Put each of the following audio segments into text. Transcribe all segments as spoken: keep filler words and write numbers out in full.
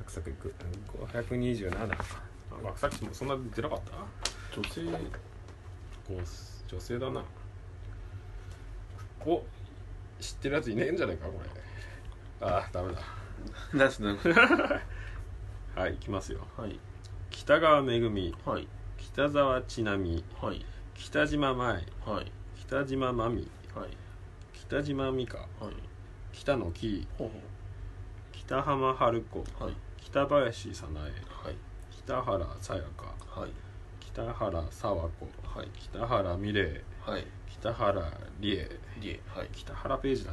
クサクいくごひゃくにじゅうなな。あ、さっきもそんな出なかった？ 女性女性だな。お、知ってるやついねえんじゃないかこれ。ああ、ダメだ。 なんすねはい、いきますよ。 はい。 北川めぐみ、 はい。 北沢ちなみ、 はい。 北島舞、 はい。 北島まみ、 はい。 北島美香、 はい。 北野キー、 ほうほ北浜春子、 う。はい。 北林早苗、 はい。 北原さやか、 はい。 北原沢子、 はい。 北原美玲、 はい。 北原理恵、 りえ。はい。 北原ページだな。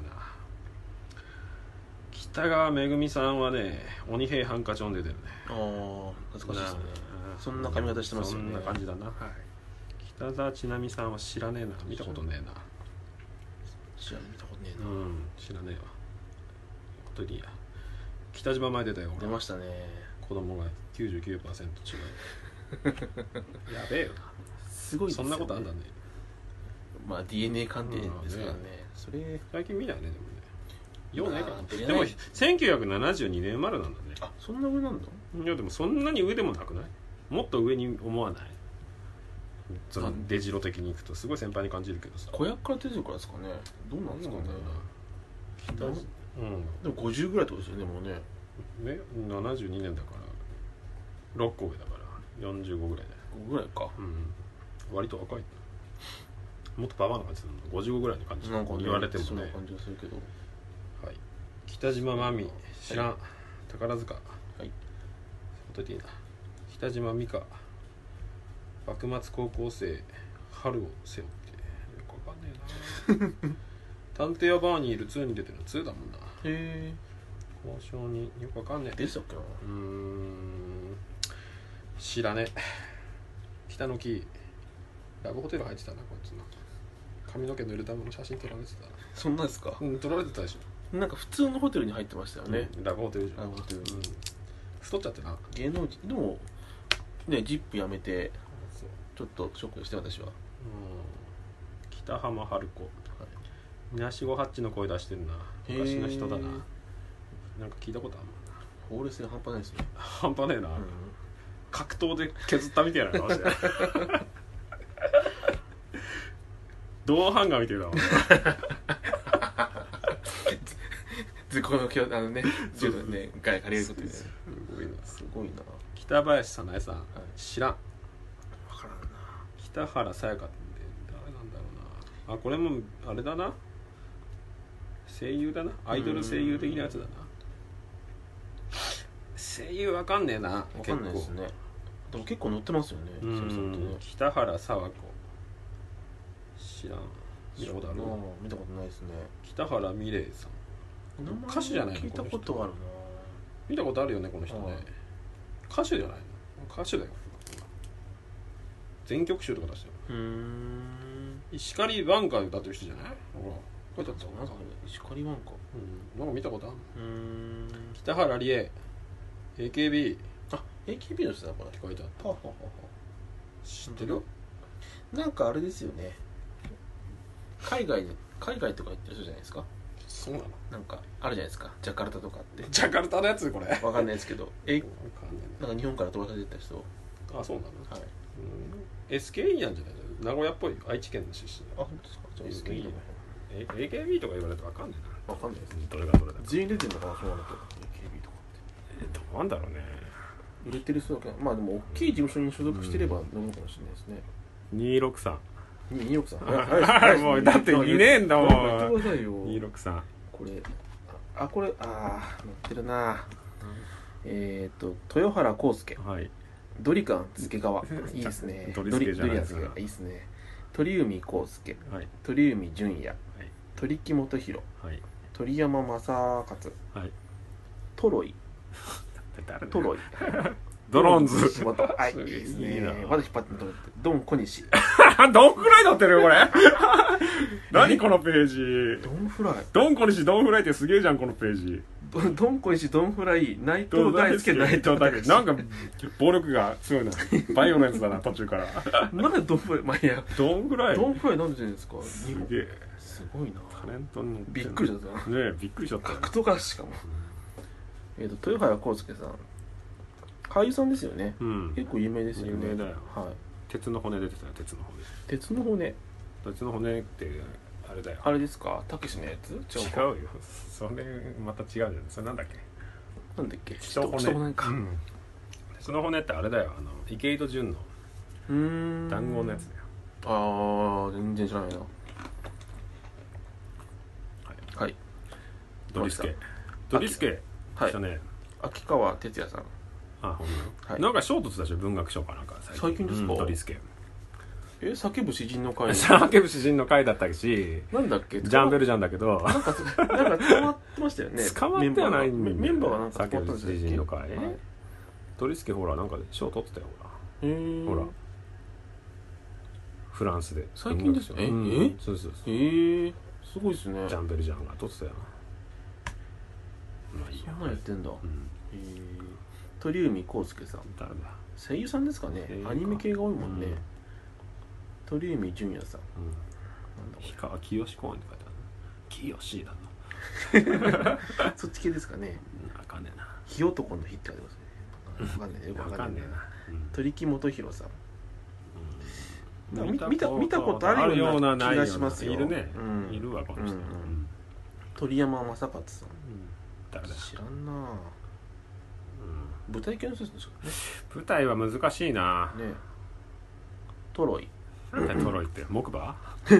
北川めぐみさんはね、鬼平犯科帳に出てるね。 ああ、懐かしいですね。 なそんな髪型してますよね。 そんな感じだな。はい。北沢ちなみさんは知らねえな。見たことねえな。 知らん、見たことねえな。 うん、知らねえわ。本当にいいや。北島前出たよ。 出ましたね。 子供が きゅうじゅうきゅうパーセント 違う。やべえよな。 すごいですよね。 そんなことあんだね。 まあ ディーエヌエー 鑑定ですからね。 うんねそれ最近見ないね、でもね。ようないから、 まあでもせんきゅうひゃくななじゅうにねん生まれなんだね。 あ、そんな上なんだ。 いやでもそんなに上でもなくない？もっと上に思わない？その出城的にいくとすごい先輩に感じるけどさ。 子役から出てるからですかね。どうなんですかね。 北うん。 でもごじゅうぐらいってことですよね、もうね。 ね、ななじゅうにねんだからろっこ上だからよんじゅうごぐらいだよ。 ごぐらいか。 うん。割と若い。もっとババアな感じするの。ごじゅうごぐらいの感じ。 なんかね、 言われてもね。 そんな感じがするけど。 はい。北島真美、知らん、はい、宝塚、はい、本当にいいな。北島美香、幕末高校生、春を背負って、よくわかんねえな。探偵はバーにいるツーに出てるのツーだもんな。へえ。交渉によくわかんねえ。 でしたっけな。 うーん、知らねえ。北の木、ラブホテル入ってたなこいつな。髪の毛濡れたまま写真撮られてた。 そんなですか？ うん、撮られてたでしょ。 なんか普通のホテルに入ってましたよね、 うん、ラブホテルじゃん。 ラブホテル、うん、 太っちゃってな。 芸能人でもね、ジップやめてちょっとショックして私は。うん、 北浜春子、はい、みなしごハッチの声出してるな。昔の人だな。なんか聞いたことあるもんな。法律が半端ないですね。 半端ねえな、うん、格闘で削ったみたいな顔して銅ハンガーみたいだもん図工のあのね、銃のね、ガヤ借りることですごいな、すごいな。 北林早苗さん、はい、知らん。わからんな。 北原さやかって誰なんだろうな。あ、これもあれだな。声優だな。アイドル声優的なやつだな。声優わかんねえな。わかんないですね。でも結構載ってますよね。 うん、ね、北原さわ子。知らん。見たことある？ 見たことないですね。 北原美玲さん。歌手じゃないの？ 聞いたことあるな。 見たことあるよねこの人ね。歌手じゃないの？歌手だよ。全曲集とか出してる。うーん。石狩ワンカー歌ってる人じゃない？ほら。これだった。 なんか石狩ワンカー。 うん。なんか見たことある。 うーん。 北原理恵。エーケービー。 あ、エーケービー の人だこれ。 書いてあった。 はははは。 知ってる？ なんかあれですよね。海外で海外とか行ってる人じゃないですか。 そうなの？ なんかあるじゃないですか。ジャカルタとかって。 ジャカルタのやつこれ。 わかんないですけど。え、なんか日本から飛ばされてた人。 あ、そうなの？はい。うん。エスケーイー なんじゃないの？名古屋っぽい。愛知県の出身。あ、本当ですか？じゃあ エスケーイー の。エーケービー とか言われるとわかんないな。わかんないですね。どれがどれだか。全員出てるのかな、そうなのと。エーケービー とかって。え、どうなんだろうね。売れてる人だけ。まあでも大きい事務所に所属してれば飲むかもしれないですね。にひゃくろくじゅうさん。にひゃくろくじゅうさん。もうだってにねんだもん。言ってくださいよ。にひゃくろくじゅうさん。これあ、これあー載ってるな。えっと豊原康介。はい。ドリカン助川。いいですね。ドリドリドリアン助川いいですね。鳥海康介。はい。鳥海純也。はい。鳥木元弘。はい。鳥山正勝。はい。トロイ。トロイ。ドローンズ。はい、いいですね。まだ引っ張ってと思って。ドン小西。どんフライ乗ってるよこれ。何このページ。ドンフライ。ドン小西ドンフライってすげえじゃんこのページ。ドン小西ドンフライ内藤大輔内藤大輔。なんか暴力が強いな。バイオのやつだな途中から。なんでドンフライ。まあいや。ドンフライ。ドンフライなんで出るんですか。すげえ。すごいな。タレントにびっくりしちゃった。ねえびっくりしちゃった。格闘家しかも。えっと豊原康介さん。 俳優さんですよね、 うん、 結構有名ですよね。 有名だよ、 はい、 鉄の骨出てたよ。鉄の骨鉄の骨鉄の骨ってあれだよ。 あれですか、たけしのやつ？ 違うよ、それまた違うじゃん。それなんだっけ、 なんだっけ、 血と骨。血と骨か、うん、鉄の骨ってあれだよ、あの池井戸潤のうーん談合のやつだよ。 ああ全然知らないな。はい、はい、 ドリスケドリスケはい、 したね。 秋川哲也さん。 あ、ほんま、はい、なんか賞取ってたでしょ、文学賞かなんか最近。 最近ですか、うん、 ドリスケ。 え、叫ぶ詩人の会叫ぶ詩人の会だったし、 なんだっけ、 ジャンベルジャンだけど、 なんかなんか捕まってましたよね。 捕まってはないんだよ。 メンバーがなんか叫ぶ詩人の会、はい、ドリスケほらなんか賞取ってたよ、ほら。へー、ほらフランスで最近ですよね。え、うん、えそうそうそう。 えー、すごいですね。 ジャンベルジャンが取ってたよ。まあいいや、 そんなやってんだ。うん、えー、鳥海浩介さん。 誰だ、 声優さんですかね。アニメ系が多いもんね。うん、鳥海純也さん。うん、 なんだこれ、氷川きよし公園って書いてある。きよしだな。 そっち系ですかね。 わかんねえな。 火男の火って書いてますね。わかんねえ、よくわかんねえな。鳥木元弘さん。うん、見た見た見たことあるような気がしますよ。 いるね、うん、いるわこの人、うんうん、 鳥山正勝さん、うん、 誰だ、 知らんな、うん、舞台系の人ですかね。 舞台は難しいなね。 トロイ、 なんだトロイって木馬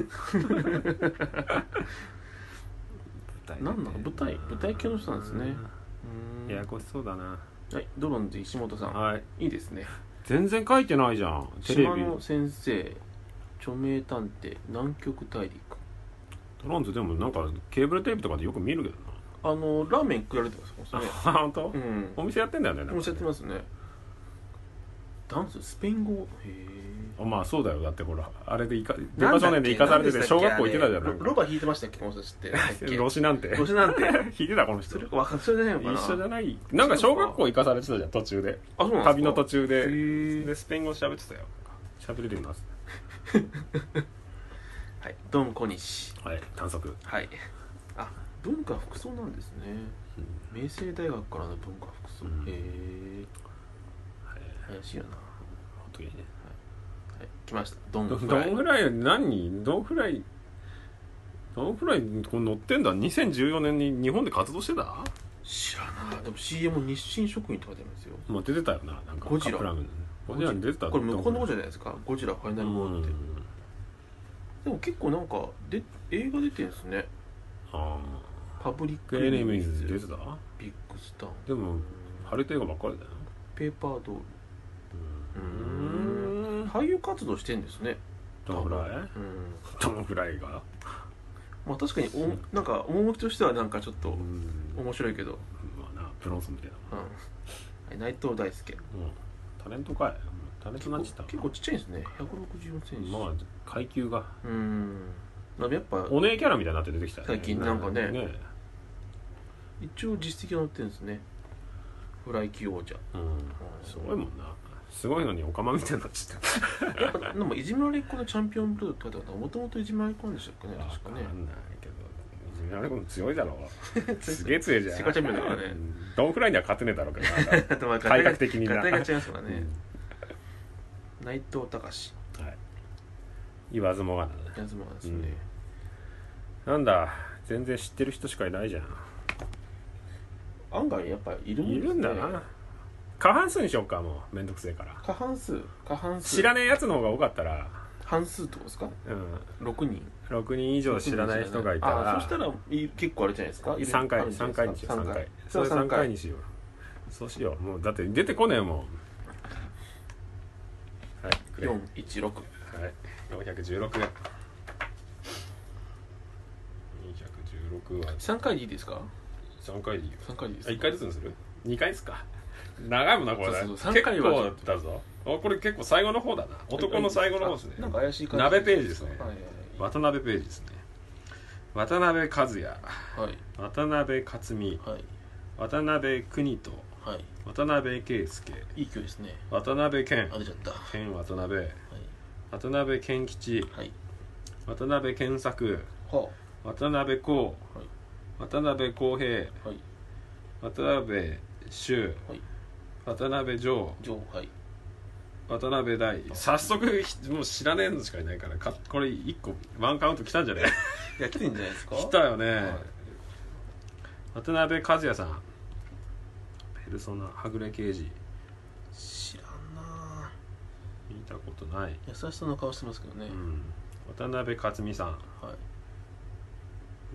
なんだか舞台舞台系の人なんですね。 うん、ややこしそうだな。 はい、ドロンズ石本さん、 はい、 いいですね。 全然書いてないじゃん。テレビ。島野先生、著名探偵、南極大陸。 トロンズでもなんかケーブルテープとかでよく見るけどな。あのラーメン食られてますもんね。 あ、本当？ うん。 お店やってんだよね。 お店やってますね。ダンススペイン語。へえ。 まあそうだよ。だってほらあれでいか電波少年で生かされてて小学校行ってたじゃん。 ロバ弾いてましたっけこの人知って。 ロシなんて。 ロシなんて弾いてたこの人。 それかそれじゃないのかな。 一緒じゃない。なんか小学校行かされてたじゃん途中で。 あ、そうなんですか。 旅の途中ででスペイン語喋ってたよ。喋れるようになってた。 はい。ドン小西。 はい。短足。 はい。あ、文化服装なんですね。うん、明星大学からの文化服装。うん、へえ。怪しいよな。 本当にね。 はい。来ました。ドンフライ。ドンフライ何？ドンフライ。ドンフライこれ乗ってんだ。にせんじゅうよねんに日本で活動してた？ 知らない。でも シーエム 日清食品とか出るんですよ。 まあ出てたよな。なんかゴジラ。 ゴジラに出てた。 これ向こうの方じゃないですか。ゴジラファイナルウォーって。でも結構なんかで映画出てるんですね。 ああ。パブリックエネミーズ出てた？ ビッグスター。 でもハリウッド映画ばっかりだよ。 ペーパードール。うーん。俳優活動してんですね。 ドンフライ？うん。ドンフライが。 まあ確かにおなんか趣としてはなんかちょっと面白いけど。 まあなブロンソンみたいな。 うん。内藤大輔。うん。 タレントかい。タレントなっちゃった。 結構ちっちゃいんですね。ひゃくろくじゅうよんセンチ。 まあ階級が。 うん。やっぱお姉キャラみたいになって出てきたね。 最近なんかね。ね一応実績が載ってるんですね。フライ級王者。 うん。すごいもんな。すごいのにオカマみたいになっちゃった。 やっぱでもいじめられっ子のチャンピオンブルーって書いてあった。もともといじめられっ子なんでしたっけね。確かね。 わかんないけど。いじめられっ子も強いだろう。すげえ強いじゃん。 世界チャンピオンだからね。 ドンフライには勝てねえだろうけど。体格的にな。 体が違いますからね。内藤隆。 はい。言わずもがな。 言わずもがですね。 なんだ。全然知ってる人しかいないじゃん。 案外やっぱいるんですね。 いるんだな。過半数にしようか。もうめんどくせえから。 過半数過半数知らねえやつの方が多かったら半数ってことですか？うん、ろくにんろくにん以上知らない人がいたら、 あ、そしたら結構あれじゃないですか。 さんかいさんかいにしよう。さんかいそれさんかいにしよう。そうしよう。もうだって出てこねえもん。はい、 よんいちろく。 はい、よんひゃくじゅうろくえん。よんひゃくじゅうろくはさんかいでいいですか？ さんかいでいいよ。 さんかいでいいですか？いっかいずつにする？にかいですか？長いもんなこれ。 そうそうそう結構だぞ。これ結構最後の方だな。男の最後の方ですね。 なんか怪しい感じ。 鍋ページですね。 はいはいはい、 渡辺ページですね。渡辺和也、 はい、 渡辺克美、 はい、 渡辺邦人、 はい、 渡辺圭介、 いい今日ですね。 渡辺健、 あ出ちゃった。 健渡辺、はい、渡辺健吉、 はい、 渡辺健作、はあ、渡辺光、はい、渡辺康平、はい、渡辺修、はい、 渡辺城城、はい、 渡辺大。早速もう知らねえのしかいないからか、これいっこワンカウント来たんじゃねえいや来てんじゃないですか。 来たよね、はい、渡辺和也さん、ペルソナはぐれ刑事。 知らんな、 見たことない。 優しそうな顔してますけどね、うん、 渡辺克美さん、はい、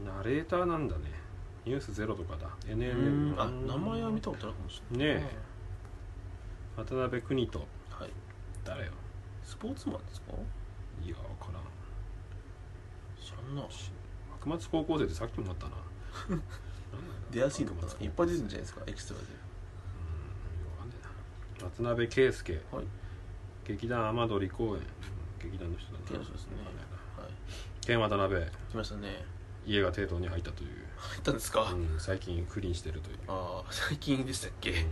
ナレーターなんだね。ニュースゼロとかだ。 エヌエヌエム。 あ、名前は見たことあるかもしれないねえ。渡辺邦人、 はい、 誰よ。 スポーツマンですか。 いや分からん、 知らんな。 幕末高校生ってさっきもあったな出やすいのかな、いっぱい出るんじゃないですか、エキストラで。 うん、分かんねえな。渡辺圭介、はい、劇団雨鳥公演、劇団の人だな。 劇団の人ですね。はい、 ケン渡辺来ましたね。 家が帝都に入ったという。 入ったんですか、 うん、最近不倫してるという。 ああ、最近でしたっけ、うん、いい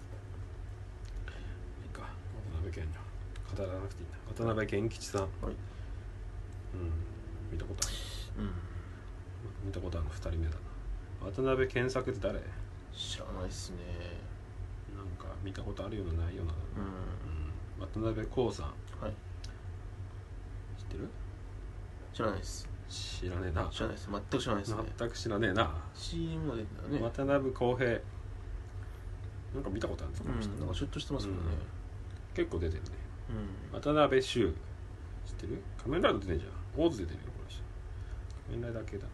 か。渡辺謙語らなくていいな。渡辺謙吉さん、はい、うん、見たことある、うん、見たことあるのふたりめだな。渡辺健作って誰？ 知らないっすね。 なんか見たことあるようなないような、うんうん、渡辺光さん、はい、知ってる？ 知らないっす。 知らねえな。 知らないです。全く知らないですね。 全く知らねえな。 シーエム が出てたね。 渡辺康平、なんか見たことあるんですか、 うん、なんかシュッとしてますけどね、 うん、結構出てるね、うん、渡辺修知ってる？仮面ライダー出てるじゃん。オーズ出てるよこれ。仮面ライダー系だな。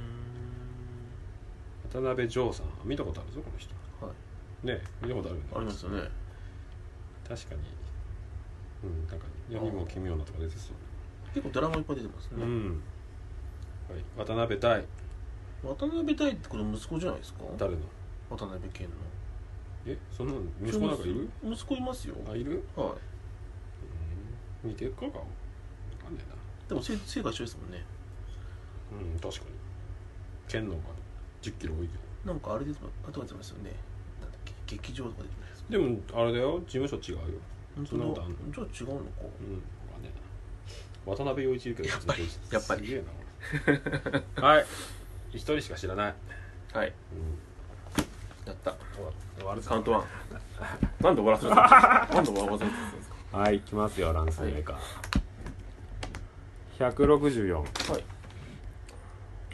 うーん、渡辺城さん見たことあるぞこの人。はいね、見たことあるよね。 ありますよね。 確かに、うん、なんか世にも奇妙なとか出てそう。 結構ドラマいっぱい出てますね。うん、 はい、渡辺大。 渡辺大ってこれ息子じゃないですか。 誰の？ 渡辺謙の。 え、そんな息子なんかいる？ 息子いますよ。 あ、いる？ はい。 うん、似てるかかわかんねえな。 でも背背が一緒ですもんね。 うん、確かに。剣の方がじゅっキロ多いけど。なんかあれであとが出てますよね。なんだっけ、劇場とか出てます。 でもあれだよ、事務所違うよ。 そんなことあんの？じゃあ違うのか。うん、わかんねえな。渡辺陽一いるけどやっぱりやっぱりすげえなはい、一人しか知らない。 はい、うん、やった。 終わるカウントワンなんで終わらせるんですかなんで終わらせるんですか。 はい、いきますよ、乱数メーカー、はい、ひゃくろくじゅうよん。はい、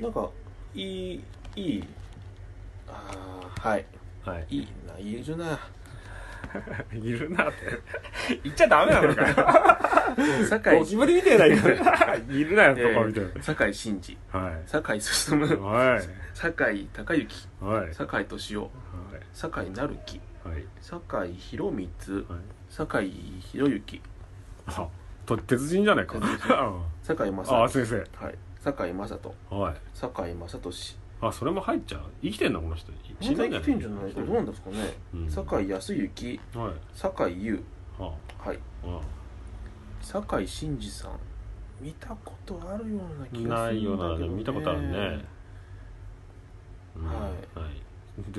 なんかいいいいあーはい、はい、いいないるないるなって言っちゃダメなのかよ酒井ゴキブリみたいないるなよとかみたいな。 酒井真司、はい、酒井進、はい、酒井貴之、はい、酒井敏夫、はい、酒井成樹、はい、酒井宏光、はい、酒井宏之、 あ、と鉄人じゃないか酒井正あ先生、 はい、酒井正人、はい、酒井正俊、 あ、それも入っちゃう。生きてんなこの人。 死んだんじゃない？生きてんじゃない？どうなんですかね。うん、酒井康之、はい、酒井優、はあ、はい、はあ、酒井真司さん、見たことあるような気がするんだけどね。ないような、ね、 見たことあるね。 うん、はい、はい、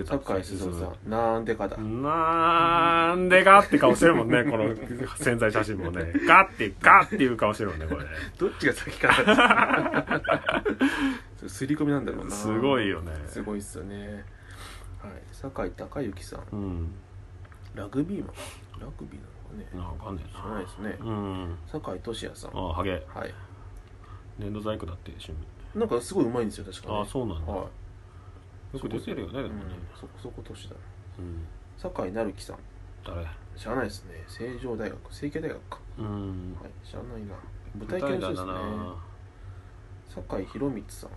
酒井進さん、なんでかだ。 なんでかって顔してるもんね、この潜在写真もね。ガッてガッっていう顔してるもんね、これ。 どっちが先かすり込みなんだろうな。 すごいよね。 すごいっすよね。はい、酒井貴之さん、うん、ラグビーマン、ラグビーなのかね。 わかんないな。 知らないですね。うん、酒井俊也さん、 あ、ハゲ。 はい。 粘土細工だって趣味。 なんかすごいうまいんですよ確かに、ね。 あ、そうなんだ。はい。よく出てるよね、でもね。 そこそこ年だ。うん。酒井成樹さん。 誰？ 知らないですね。成城大学、成蹊大学か。うん。はい、知らないな。舞台系の人ですね。酒井宏光さん。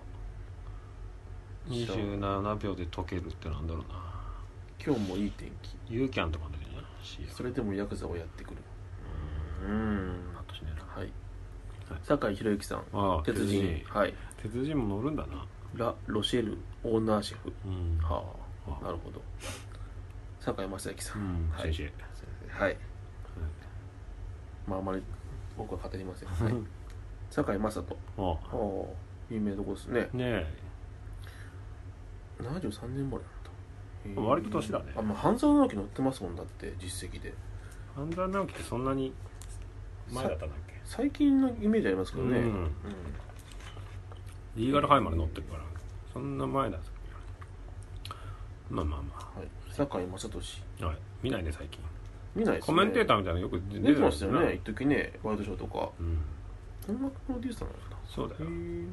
にじゅうななびょうで解けるってなんだろうな。 今日もいい天気。 ユーキャンとかでね。 それでもヤクザをやってくる。うーん。あとしねえな。はい。酒井宏之さん。ああ、鉄人。はい。 鉄人も乗るんだな。 ラ・ロシェルオーナーシェフ。うん、はあ、はあ、なるほど。酒井正幸さん。うん、はい、先生。はい。はい、まああまり僕は語りません。はい。酒井正人。ああ、有名なとこですね。ねえ。ななじゅうさんねん生まれなんだ。 割と年だね。 あ、まあ、半沢直樹乗ってますもんだって実績で。 半沢直樹ってそんなに前だったんだっけ？ 最近のイメージありますけどね。うんうん、 リーガルハイまで乗ってるからそんな前だ。まあまあまあ。 はい。酒井正俊。はい。 見ないね最近。 見ないですね。 コメンテーターみたいなのよく出てましたよね。一時ね、ワイドショーとか。 うん。 音楽プロデューサーなのかな。 そうだよ。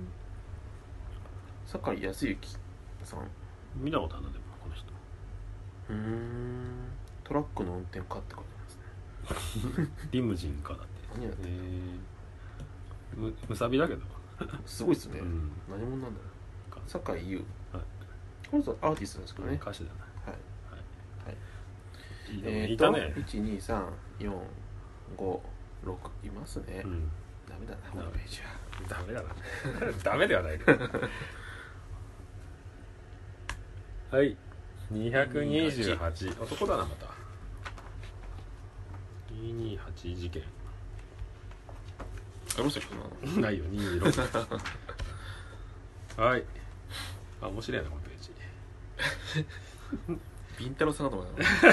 酒井康之さん。 見たことあるのでもこの人。 うーん。トラックの運転家って書いてますね。 リムジンかだって。 何やってんの？ むむさびだけど。 すごいっすね。 うん、 何者なんだろう。酒井優。 はい。 この人アーティストですかね。 歌手だね。 はい。はい。 えーと、 いち、に、さん、よん、ご、ろくいますね。うん、ダメだな、このページは。 ダメだな。ダメではないけど。はい。にひゃくにじゅうはち。男だな、また。にひゃくにじゅうはち事件。 ありましたっけ？ ないよ、にひゃくにじゅうろく。はい。あ、面白いな、このページ。 ビンタロさんだと思う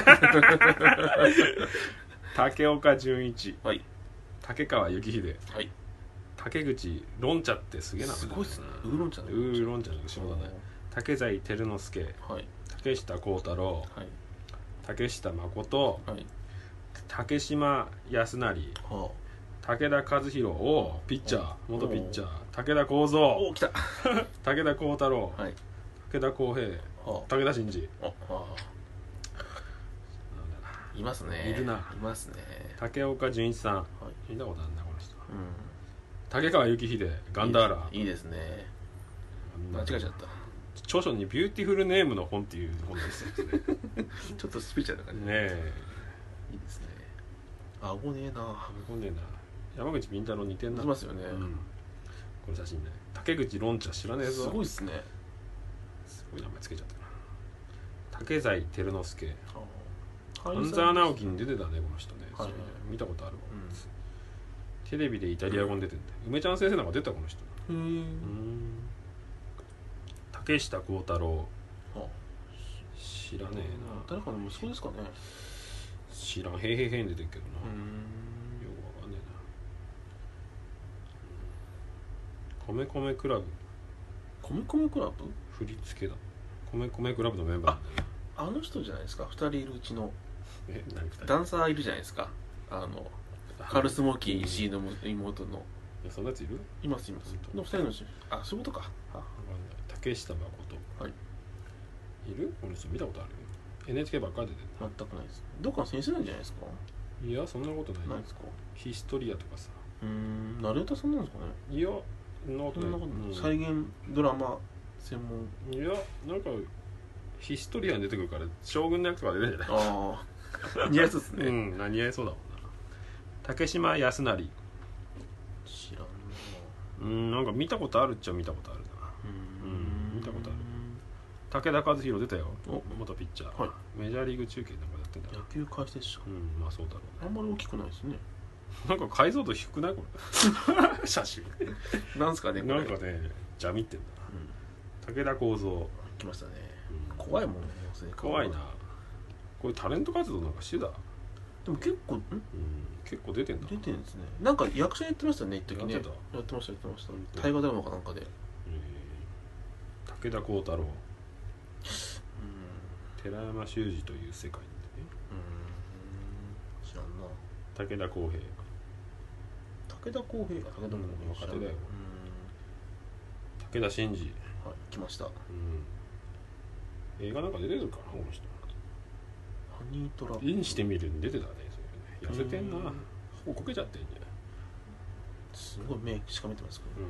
竹岡純一、 はい、 竹川幸秀、 はい、 竹口論茶ってすげえな。 すごいっすね。ウーロン茶ウーロン茶の後ろだね。竹財輝之助、はい、竹下幸太郎、はい、竹下誠、はい、竹島康成、はあ、武田和弘をピッチャー、元ピッチャー、武田幸三、 お来た武田幸太郎、はい、武田康平、はあ、武田真治、はあ、 いますね。 いるな。 いますね。 竹岡純一さん、はい、見たことあるなこの人、うん、竹川幸秀、ガンダーラ。 いいですね。間違えちゃった。 著書にビューティフルネームの本っていう本ですよね。 ちょっとスピーチャーな感じね。えいいですね。あごねえな。あごねえな。山口敏太郎似てんな。 似てますよね、うん、 この写真ね。竹口論茶知らねえぞ。 すごいっすね。 すごい名前つけちゃったな。竹財輝之助、半沢直樹に出てたねこの人ね、はいはい、見たことあるわ、うん、テレビでイタリア語に出てんだよ、うん、梅ちゃん先生なんか出たこの人。へー。竹下幸太郎、はあ、知らねえな。 誰かの息子ですかね。 知らん。へいへいへいに出てるけどな。うん、よくわかんねえな。米米クラブ。 米米クラブ振り付けだ。米米クラブのメンバーなんだよ。 あの人じゃないですか。ふたりいるうちのえ何ふたりダンサーいるじゃないですか。あのカルスモーキー石井の妹の。 いやそんなやついる？ いますいます。のふたりのうち、あ、そういうことか。 竹下誠、はい、いる？この人見たことある？ エヌエイチケー ばっかり出てる。 全くないです。どっかの先生なんじゃないですか？ いやそんなことない。 ないですか？ ヒストリアとかさ。 うーん、ナレーターさんなんですかね？ いやそんなことない。 うん、再現ドラマ専門。 いやなんかヒストリアに出てくるから将軍の役とか出てるんじゃない？ああ似合いそうですね。 うん、似合いそうだもんな。竹島康成、 知らんな。 うん、なんか見たことあるっちゃ見たことあるな。うん、うん、見たことある。武田和弘出たよ、元ピッチャー、はい、メジャーリーグ中継なんかやってんだ。 野球解説者。 うん、まあそうだろうね。 あんまり大きくないですね。 なんか解像度低くないこれ？写真なんすかねこれ。 なんかねジャミってんだな、うん、武田幸三来ましたね、うん、怖いもんね。 怖いな。これタレント活動なんかしてた。 でも結構ん、うん、 結構出てんだ。 出てんですね。なんか役者やってましたね一時ね。やってたやってましたやってました。大河ドラマかなんかで、えー、武田幸太郎、うん、寺山修司という世界でね。うん、 知らんな。 武田浩平、 武田浩平が武田浩平若手だよ。武田真治、 はい、来ました、うん、 映画なんか出てるかなこの人。 ハニートラップ。 インしてみるに出てたね。それね、痩せてんな。ほぼこけちゃってんじゃない。 すごい目しかめてますけど、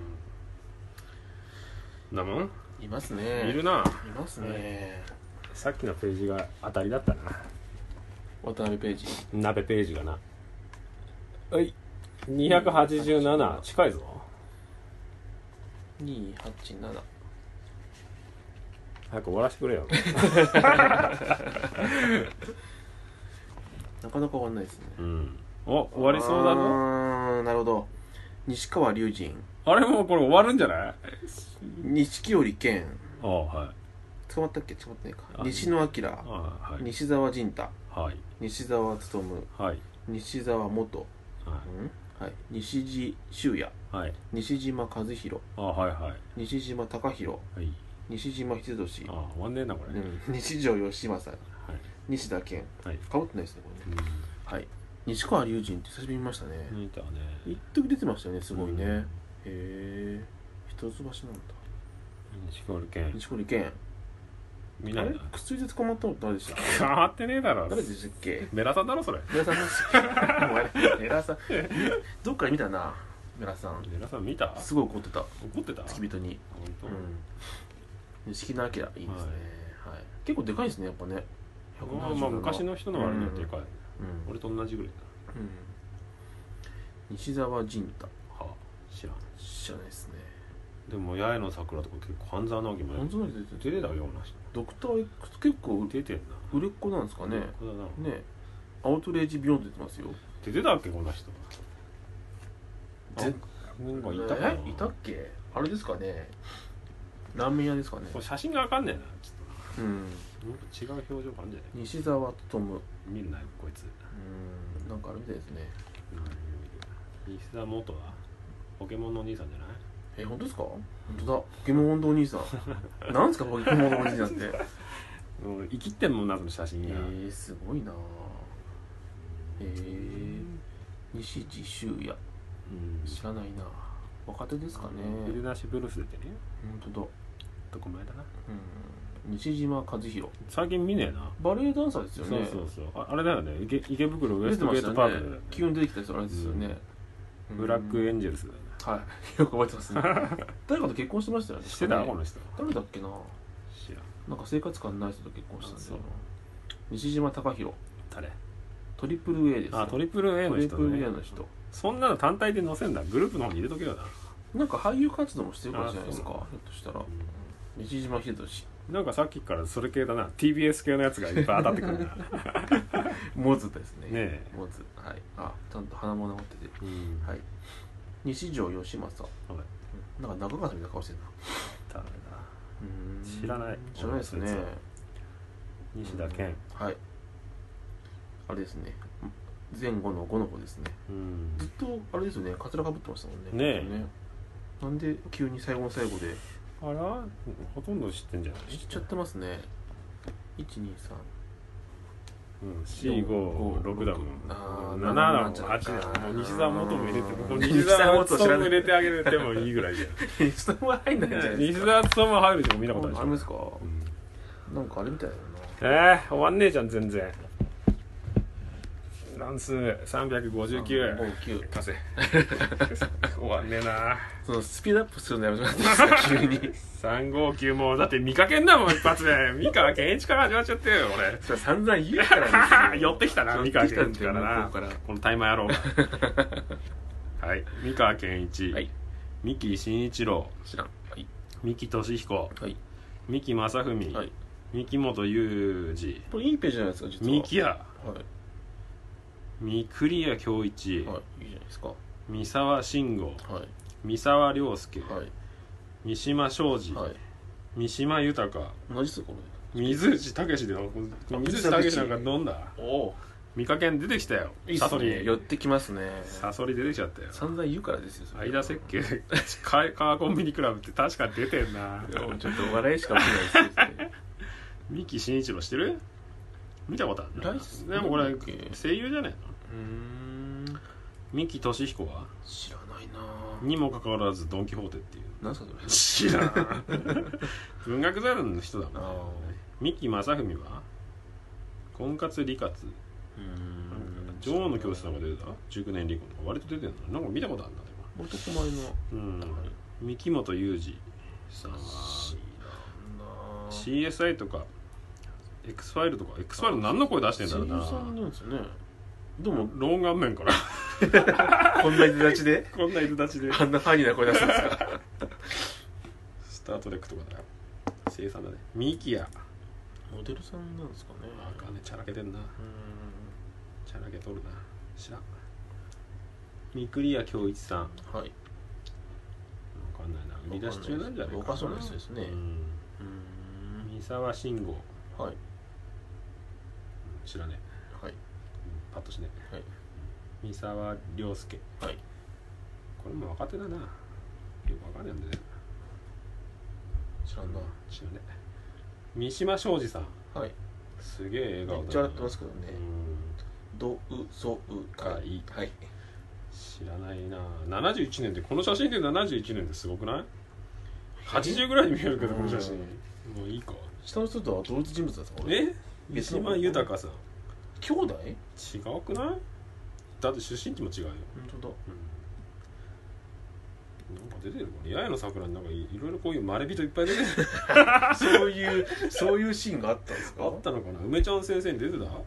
うん、なもんいますね。 いるな。 いますね。 さっきのページが当たりだったな。 渡辺ページ、 鍋ページがな。はい、にひゃくはちじゅうなな、近いぞ。 にひゃくはちじゅうなな、 早く終わらせてくれよ。 なかなか終わんないですね、 うん、お、終わりそうだぞ。 あ、なるほど。西川隆人、 あれもうこれ終わるんじゃない？ 錦織健、 ああ、はい。 捕まったっけ？捕まってないか。西野明、はい、西澤仁太、はい、西澤勉、はい、西澤元、はい、うん、はい、西地修也、はい、西島和弘、あ、はいはい、西島貴弘、はい、西島秀俊、あ、終わんねえなこれ、うん、西条義正、はい、 西田健、 はい、 かぶってないですねこれね、うん、はい。西川龍神って久しぶりに見ましたね。 見たね。 一時出てましたよね、すごいね、うん、へえ一橋なんだ。 西川健西川健見ないな。 薬で捕まったの誰でしたっけ？ 捕まってねえだろ。 誰でしたっけ？ メラさんだろそれ。 メラさんですメラさんどっかで見たな。メラさんメラさん見た？ すごい怒ってた。 怒ってた？ 付き人に。 本当。 錦野明いいですね、はいはい、結構でかいですねやっぱね。 まあまあ昔の人の割にはでかい、うん、俺と同じぐらいだ、 うん、西沢仁太、 はあ、知らない知らないですね。 でも八重の桜とか結構半沢直樹も半沢直樹出てたような人。 ドクター X 結構出てんな。 売れっ子なんですかね。売れっ子だな。ね、アウトレイジビヨンド出てますよ。 出てたっけこんな人。 ぜなんかいたかな。 えいたっけ。あれですかね。ラーメン屋ですかね。 これ写真がわかんねえなちょっと。うん。違う表情感じゃない。 西澤勉。 見るなよこいつ。 うん。なんかあるみたいですね。 うん、西澤元はポケモンのお兄さんじゃない？ え、本当ですか？本当だ。ポケモンのお兄さん。なんですかポケモンのお兄さんって。 うん、生きってんもんなその写真が。 えー、すごいな。えー、西地修也。うん、知らないな。若手ですかね。 ビルダーシブルース出てね。 本当だ。 どこ前だな。 うん。西島和弘。 最近見ねえな。 バレエダンサーですよね。 そうそうそう。あ, あれだよね。池, 池袋ウエストゲートパークだよね。 急に出てきた人あれですよね。 うん、ブラックエンジェルスだよね。 はい。よく覚えてますね。誰かと結婚してましたよね。 してたこの人。 誰だっけな。 知らん。 なんか生活感ない人と結婚したんですよ。西島貴弘。 誰？ トリプル A です。 あ、トリプル A の人ね。 トリプル A の人。 そんなの単体で載せんだ。グループの方に入れとけよな。 なんか俳優活動もしてるからじゃないですか。ひょっとしたら。うん、西島秀俊。 なんかさっきからそれ系だな。ティービーエス 系のやつがいっぱい当たってくるな。 モズですね。 ねえ。 モズ。はい。あ、ちゃんと鼻も治ってて。うん、はい。西条義正。はい。なんか中川さんみたいな顔してるな。 誰だ。うん。知らない。 知らないですね。 西田健。 はい。あれですね。前後の五の子ですね。うん。ずっとあれですよね。カツラかぶってましたもんね。 ねえ。ねなんで急に最後の最後で。 あら、ほとんど知ってんじゃない？ 知っちゃってますね。いちにさん。 うん、よんごろくだもん。ああ、ななだもん。はちだもん。もう西澤元も入れて、もう西澤元も入れてあげてもいいぐらいじゃん。 西澤も入んないんじゃないですか。 西澤元も入るとこ見たことあるでしょ。 ありますか？うん、なんかあれみたいだな。えー、終わんねえじゃん全然。乱数さんびゃくごじゅうきゅう。貸せ。終わんねえな。 そのスピードアップするのやめてもらっていいですか急に。 さんごきゅうもだって見かけんだもん一発で。三河健一から始まっちゃってよ俺。 それ散々言うからね。 寄ってきたな三河健一からな。このタイマー野郎が。はい。三河健一。はい。三木真一郎。 知らん。はい。 三木俊彦。 はい。 三木正文。はい。三木本裕二。 これいいページじゃないですか実は。 三木屋。はい。三栗谷恭一。 はい。いいじゃないですか。 三沢慎吾。はい。三沢亮介。はい。三島昌司。はい。三島豊。 同じっすこれ。 水内武史で水内武史なんか飲んだ。おお。見かけん出てきたよ。 サソリ寄ってきますね。 サソリ出てきちゃったよ。 散々言うからですよ。 間設計カーコンビニクラブって確か出てんな。 ちょっと笑いしか起きないですね。 三木真一郎知ってる？見たことあるな。でもこれ声優じゃねえの？うーん。三木俊彦は？ 知らないな。 にもかかわらずドン・キホーテっていう。 何すかそれ？ 知らん。文学座の人だもんね。三木正文は？婚活離活。女王の教室なんか出てた？じゅうきゅうねん離婚とか割と出てるの。なんか見たことあるなでも。男前の。うん。 三木本裕二さんは シーエスアイ とか X ファイルとか X ファイル何の声出してんだろうな。 声優さんなんですよね。 でもローン顔面からこんないでたちでこんないでたちであんなファニーな声出すんですか。 スタートレックとかだよ。生産だね。ミキヤモデルさんなんですかね。 あかねチャラけてんな。うんチャラけとるな。知らん。三栗谷恭一さん。はい。わかんないな。売り出し中なんじゃないかな。 おかしいですね。うん。 三沢慎吾。はい。知らねえ。はい。パッとしね。はい。三沢亮介。はい。これも若手だな。よくわかんないんだよ。 知らんな。 知らねえ。三島昌司さん。はい。 すげえ笑顔だ、ね、 めっちゃ笑ってますけどね。どうそうかい、はい、 知らないな。ななじゅういちねんでこの写真でななじゅういちねんってすごくない？はちじゅうぐらいに見えるけどこの写真。もういいか。 下の人とは同一人物だった。 え？三島豊さん兄弟？ 違うくない？だって出身地も違うよ。 本当だ、 うん、なんか出てるかな。八重の桜になんか い, いろいろこういうまれびといっぱい出てるそういうそういうシーンがあったんですか？ あったのかな。梅ちゃん先生に出てた？分かんないな。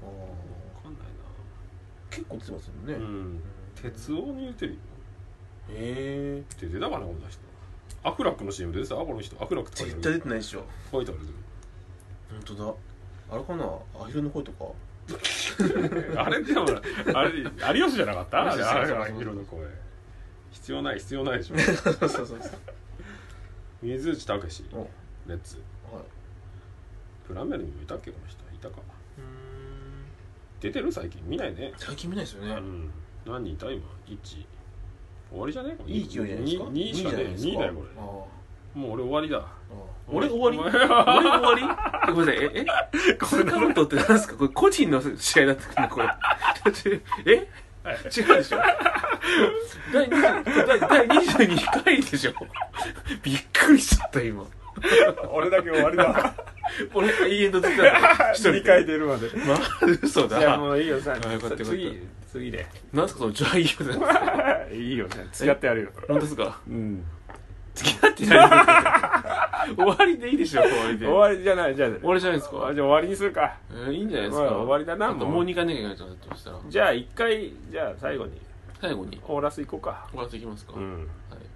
結構出てますよね。うん、 鉄夫に出てるよ。 へえ。 出てたかなこの人。アフラックの シーエム 出てた？この人アフラックって書いてある。 絶対出てないでしょ。 書いてある。 本当だ。あれかな、アヒルの声とかあれでもあれ有吉じゃなかった？あれアヒルの声必要ない必要ないでしょ。そうそうそうそう。水内武史レッツ、はい、プラメルにもいたっけこの人。いたか。うーん、出てる？最近見ないね。 最近見ないですよね、うん、 何人いた今？いち終わりじゃねえか。 いい勢いじゃないですか。 にしかねえ。にだよこれ。もう俺終わりだ。 俺終わり？俺終わり？ごめんなさい。ええこれカウントって何ですか？これ個人の試合だったのこれ。え？違うでしょ。第にじゅうにかいでしょ。びっくりしちゃった今。 俺だけ終わりだ。 俺永遠とずっと一人にかい出るまで。 まあ嘘だ。 じゃあもういいよさ。 次次で。 なんすかそのじゃあいいよ。 いいよね。付き合ってやるよ。 本当ですか？ うん。 付き合ってない終わりでいいでしょ。終わりで。 終わりじゃない。じゃあ終わりじゃないですか。 じゃあ終わりにするか。 えー、いいんじゃないですか。 終わりだな。 もうにかいねえかなとしたら。 じゃあいっかいじゃあ最後に。 最後に。 オーラス行こうか。 オーラス行きますか。うん。はい。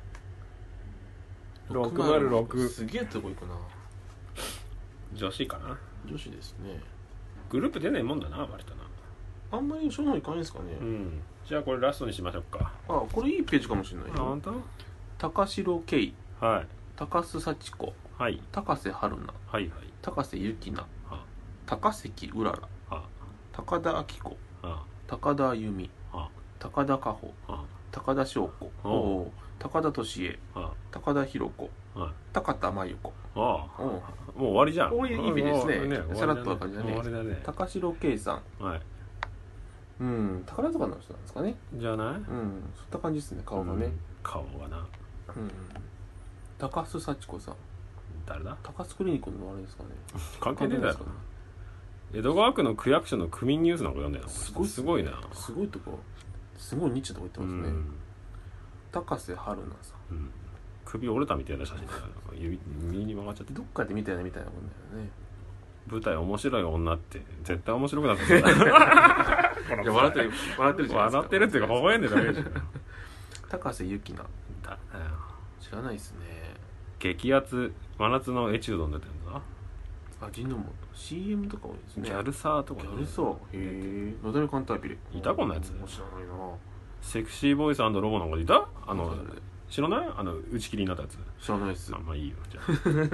ろくまるろく。 すげえとこ行くな。 女子かな。 女子ですね。 グループ出ないもんだな割とな。 あんまり後ろの方行かないですかね。 うん。じゃあこれラストにしましょうか。 あ、これいいページかもしれない。 あ、本当？ 高城圭。 はい。 高須幸子。 はい。 高瀬春奈。 はいはい。 高瀬ゆきな。 は高関うらら。 は高田明子。 は高田由美。 は高田佳穂。 は高田翔子。お高田敏恵。 は高田博子。 は高田真由子。 ああ。もう終わりじゃん。 終わりいいページですね。さらっとな感じだね。 終わりだね。 高城圭さん。 はい。 うん、宝塚の人なんですかね。 じゃない？うん、 そんな感じですね、顔がね。うん、 顔がな。 うん。高須幸子さん。 誰だ？ 高須クリニックのあれですかね。 関係ねえだろ。江戸川区の区役所の区民ニュースなんか読んでるの。 すごいすごいな。 すごいとこ。すごいニッチなとこ行ってますね。うん、高瀬春奈さん。うん、 首折れたみたいな写真だよ。指右に曲がっちゃって。 どっかで見たよねみたいなもんだよね。 舞台面白い女って絶対面白くなってる。いや笑ってる笑ってるじゃないですか。 笑ってるっていうか微笑んでダメじゃん。 高瀬ゆきな。知らないですね。 激アツ真夏のエチュードに出てるんだ。 あ、ジノモ シーエム とか多いですね。 ギャルサーとか、 ね、ギャルサー。へえ。のだめカンタービレ。 いたこんなやつ。 知らないな。 セクシーボイス&ロボなんかいた？あの知らない？あの打ち切りになったやつ。 知らないです。 あ、まあいいよじゃあ。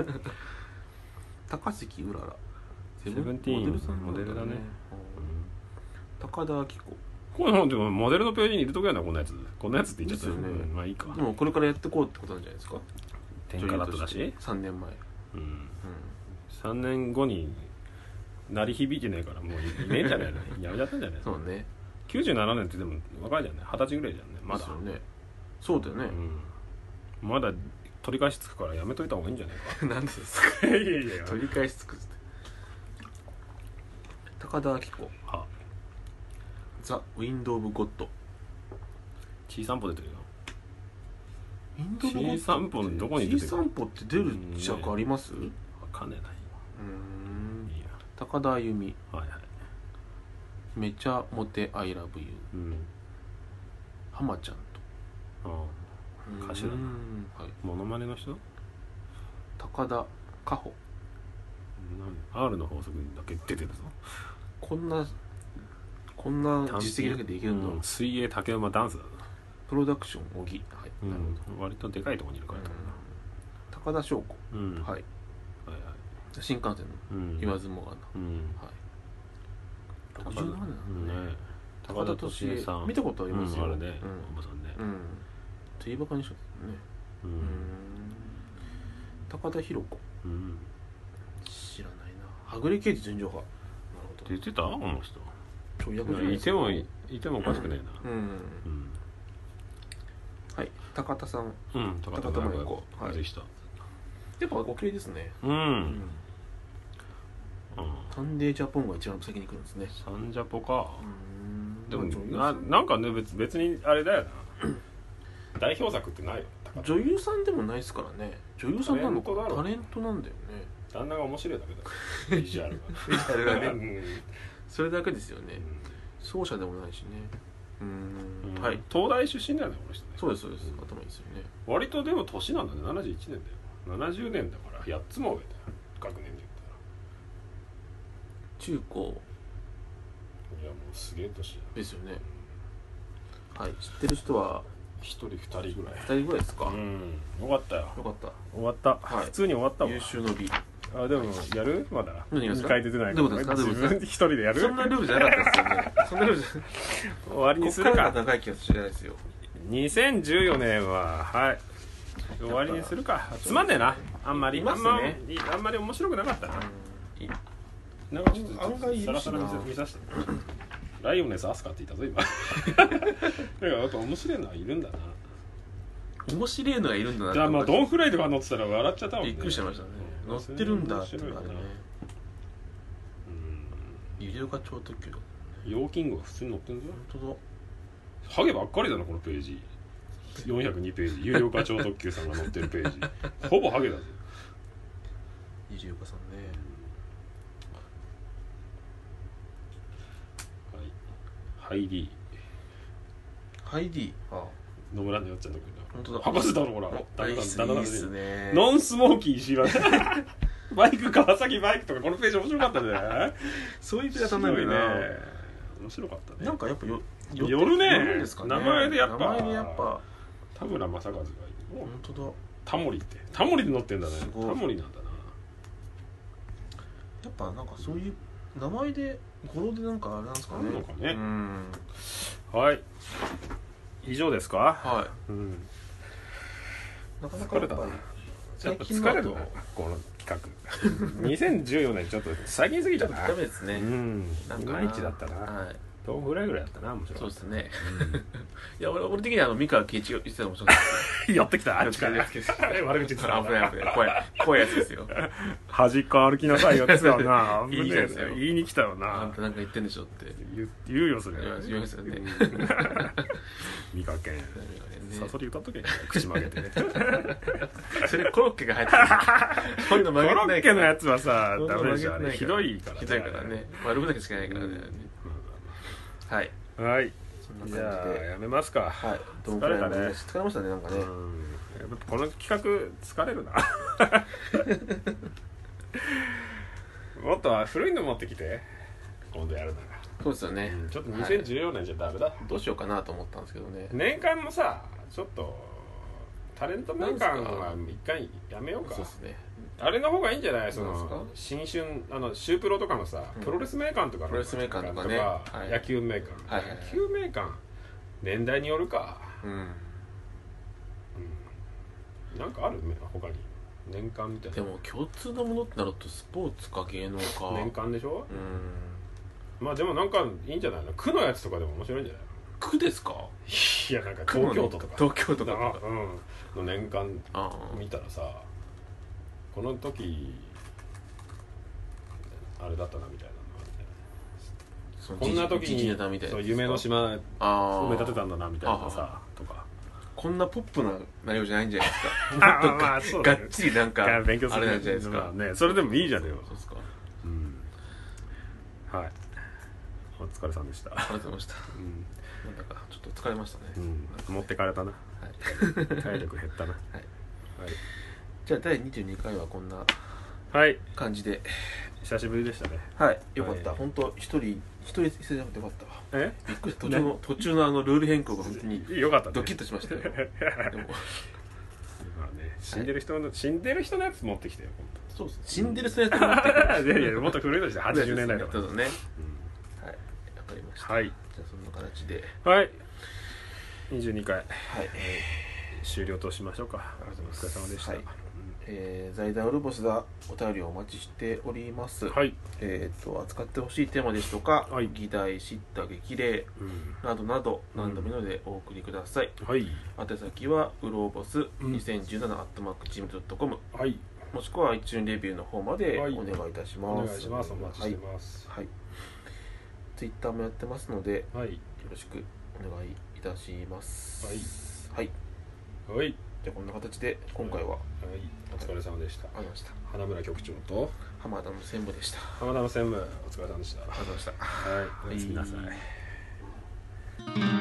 高関うらら。 セブンティーンモデルだね。 高田明子。 このでもモデルのページにいるとこやなこんなやつ。こんなやつって言っちゃったよね。まあいいか。 でもこれからやってこうってことなんじゃないですか。 天下だっただし。 さんねんまえ。うん。 さんねんごに鳴り響いてないからもういねえんじゃないの。やめちゃったんじゃないの。 そうね。 きゅうじゅうななねんってでも若いじゃんね。はたちぐらいじゃんね。まだ。 そうだよね。 まだ取り返しつくからやめといた方がいいんじゃないか。 なんでですか。いやいや取り返しつくって。高田明子。はザ・ウィンド・オブ・ゴッド。 チー散歩出てるよ。 ウィンド・オブ・ゴッド。 チー散歩のどこに出てる？ チー散歩って出る尺あります？わかんねえな。 うん。いいや。高田由美。はいはい。めちゃモテ I love you。うん。浜ちゃんと。 ああ。歌手だな。はい。モノマネの人？ 高田佳穂。 R の法則だけ出てるぞ。 こんなこんな実績だけでいけるんだ、うん、 水泳竹馬ダンスだぞ。 プロダクション小木、はい、 うん、なるほど。割とでかいところにいるから、うん、 高田翔子、うん、はい、はいはい、新幹線の言わずもがな、うん、はい、ろくじゅうななねんだね。高田敏恵さん見たことありますよ、うん、あれね、おばさんね、うん、といえばかにしちゃったね、うん、うん高田博子、うん、知らないな。はぐれ刑事純情派。なる出てたこの人。 ちょい役じゃないいてもですか。 いてもおかしくないな。 うん、うん、はい高田さん、 うん、高田真由子出てきた。 やっぱお綺麗ですね。 うん、うんサンデージャポンが一番先に来るんですね。 サンジャポか。 うんでもな、なんかね 別, 別にあれだよな代表作ってないよ。 女優さんでもないですからね。女優さんなのかタレントだろ。 タレントなんだよね。 旦那が面白いだけだビジュアルがビジュアルがね、 うん、 それだけですよね。奏者でもないしね。うーん、はい。 東大出身だよねこの人ね。 そうですそうです。頭いいですよね。 割とでも年なんだね。ななじゅういちねんだよ。ななじゅうねんだからやっつも上だよ学年で言ったら。 中高いやもうすげえ年だですよね。はい。知ってる人は一人二人ぐらい。 ふたりぐらいですか。 うん。よかったよ。 よかった。 終わった。はい。普通に終わったわ。 優秀の美。 あでもやるまだ。 何がですか。 にかい出てない。 どういうことですか。 自分一人でやる。 そんなルールじゃなかったですよね。そんなルールじゃ。 終わりにするか。 ここからが長い気がしないですよ。 にせんじゅうよねんははい終わりにするか。つまんねえな。あんまり。 いますね。 あんまあんまり面白くなかったな。 いい。 なんかちょっと案外サラサラ見させて。ライオネスアスカって言ったぞ今。だからやっぱ面白いのはいるんだな。 面白いのがいるんだなって。 じゃあまあドンフライとか乗ってたら笑っちゃったもんね。 びっくりしましたね。乗ってるんだってのがね。うん。有料化超特急だ。 ヨーキングが普通に乗ってんぞ。 本当だ。 ハゲばっかりだなこのページ。よんひゃくにページ有料化超特急さんが載ってるページ。ほぼハゲだぜ。 有料化さんね。 はい。ハイディ。 ハイディ。ああ。 野村のよっちゃんの国だ。 本当だ。 博士だろほら。 いいっすね。いいっすね。 ノンスモーキー石橋。バイク川崎バイクとかこのページ面白かったじゃない。 そういうページ当たんないよね。 面白かったね。 なんかやっぱよ夜ね。名前でやっぱ。 名前でやっぱ。 田村正和がいる。 本当だ。 タモリってタモリで乗ってんだね。タモリなんだな。 やっぱなんかそういう名前で語呂でなんかあれなんですかね。 あるのかね。 うん。 はい。以上ですか。 はい。 うん。 なかなかやっぱり最近疲れるなこの企画。にせんじゅうよねんちょっと最近すぎたな。 ダメですね。 うん。いまいちだったな。 はい。 どんぐらいぐらいだったなもちろん。 そうですね。いや俺俺的にはあの三河圭一言ってたのもそうです。 寄ってきた。あっちから悪口言ってた。 危ない危ない怖い怖いやつですよ。 端っこ歩きなさいよってよな。 いいですよ。 言いに来たよな。 あんたなんか言ってんでしょって言うよそれ。 言いますよね。 三河健。サソリ歌っとけ口曲げて。 それコロッケが入ってる。こういうの曲げてない。 コロッケのやつはさダメでしょ。ひどいからね。 ひどいからね。悪ふざけしかないからね。はい。 はい。じゃあやめますか。 はい。 疲れたね。 疲れましたねなんかね。 この企画疲れるな。もっと古いの持ってきて。今度やるなら。 そうですよね。 ちょっとにせんじゅうよねんじゃダメだ。 どうしようかなと思ったんですけどね。 年間もさちょっとタレント年間は一回やめようか。 そうですね。 あれの方がいいんじゃない。その新春あのシュープロとかのさ、プロレス名鑑とかプロレス名鑑とかね、 野球名鑑、野球名鑑年代によるか。うんなんかある他に年間みたいな。 でも共通のものってなるとスポーツか芸能か。 年間でしょ。うんまあでもなんかいいんじゃないの。区のやつとかでも面白いんじゃないの。 区ですか。 いやなんか東京都とか東京都とかの年間見たらさこの時あれだったなみたいなのこんな時にそう夢の島埋め立てたんだなみたいなさとか。 こんなポップな内容じゃないんじゃないですか。もっとがっちりなんか勉強するあれなんじゃないですかね。それでもいいじゃねえよ。 そうですか。 はいお疲れさんでした。 ありがとうございました。なんだかちょっと疲れましたね。 持ってかれたな。体力減ったな。 じゃあだいにじゅうにかいはこんな感じで久しぶりでしたね。 はいよかった。本当一人一人捨てなくてよかったわ。 えびっくりした。途中の途中のあのルール変更が本当によかった。 ドキッとしましたよ。でもまあね死んでる人の死んでる人のやつ持ってきてよ。 そうです。死んでる人のやつ持ってきて。 いやいやもっと古いのしてはちじゅうねんだいとか。 そうですね。はいわかりました。 はい。 じゃあそんな形ではいにじゅうにかいはい終了としましょうか。お疲れ様でした。 えー、財団ウルボスがお便りをお待ちしております。 はい。 えっ、ー、と扱ってほしいテーマですとか、はい、議題、知った激励、うん、などなど何でもいいのでお送りください。うん、はい。宛先はウローボスにせんじゅうななアットマークジムドットコム、はい。もしくは iTunes レビューの方までお願いいたします。はい、お願いします。お待ちしてます。 はい。はい、Twitter もやってますので、はい、よろしくお願いいたします。はい。はい。はい。じゃあこんな形で今回は、はい、 お疲れ様でした。 ありがとうございました。 花村局長と浜田の専務でした。 浜田の専務、お疲れ様でした。 ありがとうございました。 はい、おやすみなさい。